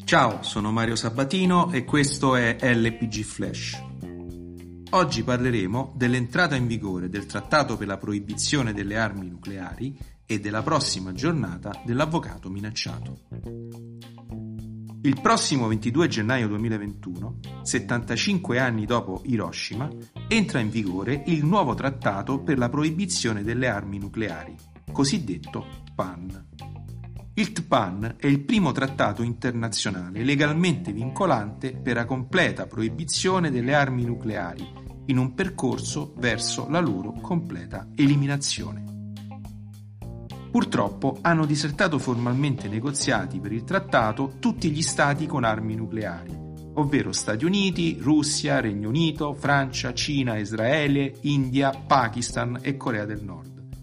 Ciao, sono Mario Sabatino e questo è LPG Flash. Oggi parleremo dell'entrata in vigore del Trattato per la proibizione delle armi nucleari e della prossima giornata dell'avvocato minacciato. Il prossimo 22 gennaio 2021, 75 anni dopo Hiroshima, entra in vigore il nuovo Trattato per la proibizione delle armi nucleari, cosiddetto TPAN. Il TPAN è il primo trattato internazionale legalmente vincolante per la completa proibizione delle armi nucleari, in un percorso verso la loro completa eliminazione. Purtroppo hanno disertato formalmente negoziati per il trattato tutti gli stati con armi nucleari, ovvero Stati Uniti, Russia, Regno Unito, Francia, Cina, Israele, India, Pakistan e Corea del Nord.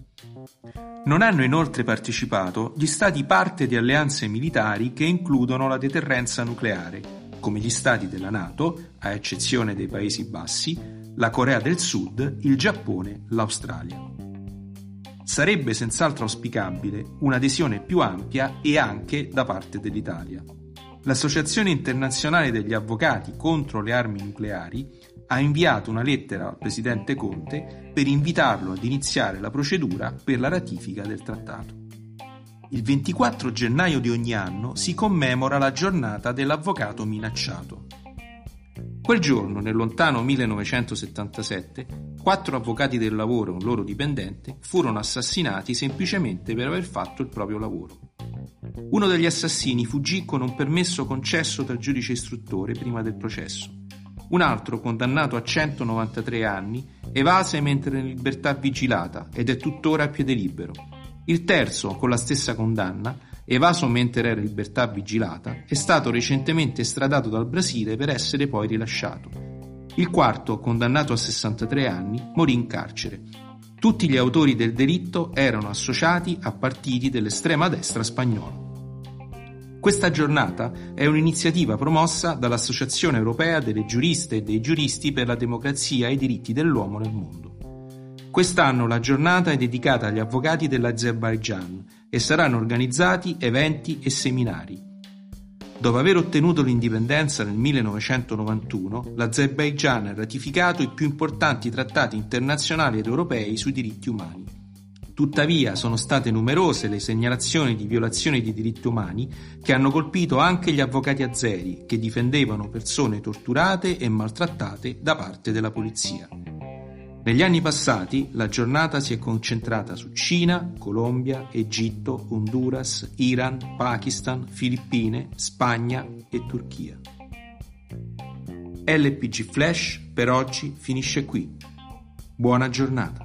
Non hanno inoltre partecipato gli stati parte di alleanze militari che includono la deterrenza nucleare, come gli stati della NATO, a eccezione dei Paesi Bassi, la Corea del Sud, il Giappone, l'Australia. Sarebbe senz'altro auspicabile un'adesione più ampia e anche da parte dell'Italia. L'Associazione internazionale degli avvocati contro le armi nucleari ha inviato una lettera al presidente Conte per invitarlo ad iniziare la procedura per la ratifica del trattato. Il 24 gennaio di ogni anno si commemora la giornata dell'avvocato minacciato. Quel giorno, nel lontano 1977, 4 avvocati del lavoro e un loro dipendente furono assassinati semplicemente per aver fatto il proprio lavoro. Uno degli assassini fuggì con un permesso concesso dal giudice istruttore prima del processo. Un altro, condannato a 193 anni, evase mentre era in libertà vigilata ed è tuttora a piede libero. Il terzo, con la stessa condanna, evaso mentre era in libertà vigilata, è stato recentemente estradato dal Brasile per essere poi rilasciato. Il quarto, condannato a 63 anni, morì in carcere. Tutti gli autori del delitto erano associati a partiti dell'estrema destra spagnola. Questa giornata è un'iniziativa promossa dall'Associazione Europea delle Giuriste e dei Giuristi per la Democrazia e i Diritti dell'Uomo nel mondo. Quest'anno la giornata è dedicata agli avvocati dell'Azerbaigian e saranno organizzati eventi e seminari. Dopo aver ottenuto l'indipendenza nel 1991, l'Azerbaigian ha ratificato i più importanti trattati internazionali ed europei sui diritti umani. Tuttavia sono state numerose le segnalazioni di violazioni di diritti umani che hanno colpito anche gli avvocati azeri che difendevano persone torturate e maltrattate da parte della polizia. Negli anni passati la giornata si è concentrata su Cina, Colombia, Egitto, Honduras, Iran, Pakistan, Filippine, Spagna e Turchia. LPG Flash per oggi finisce qui. Buona giornata.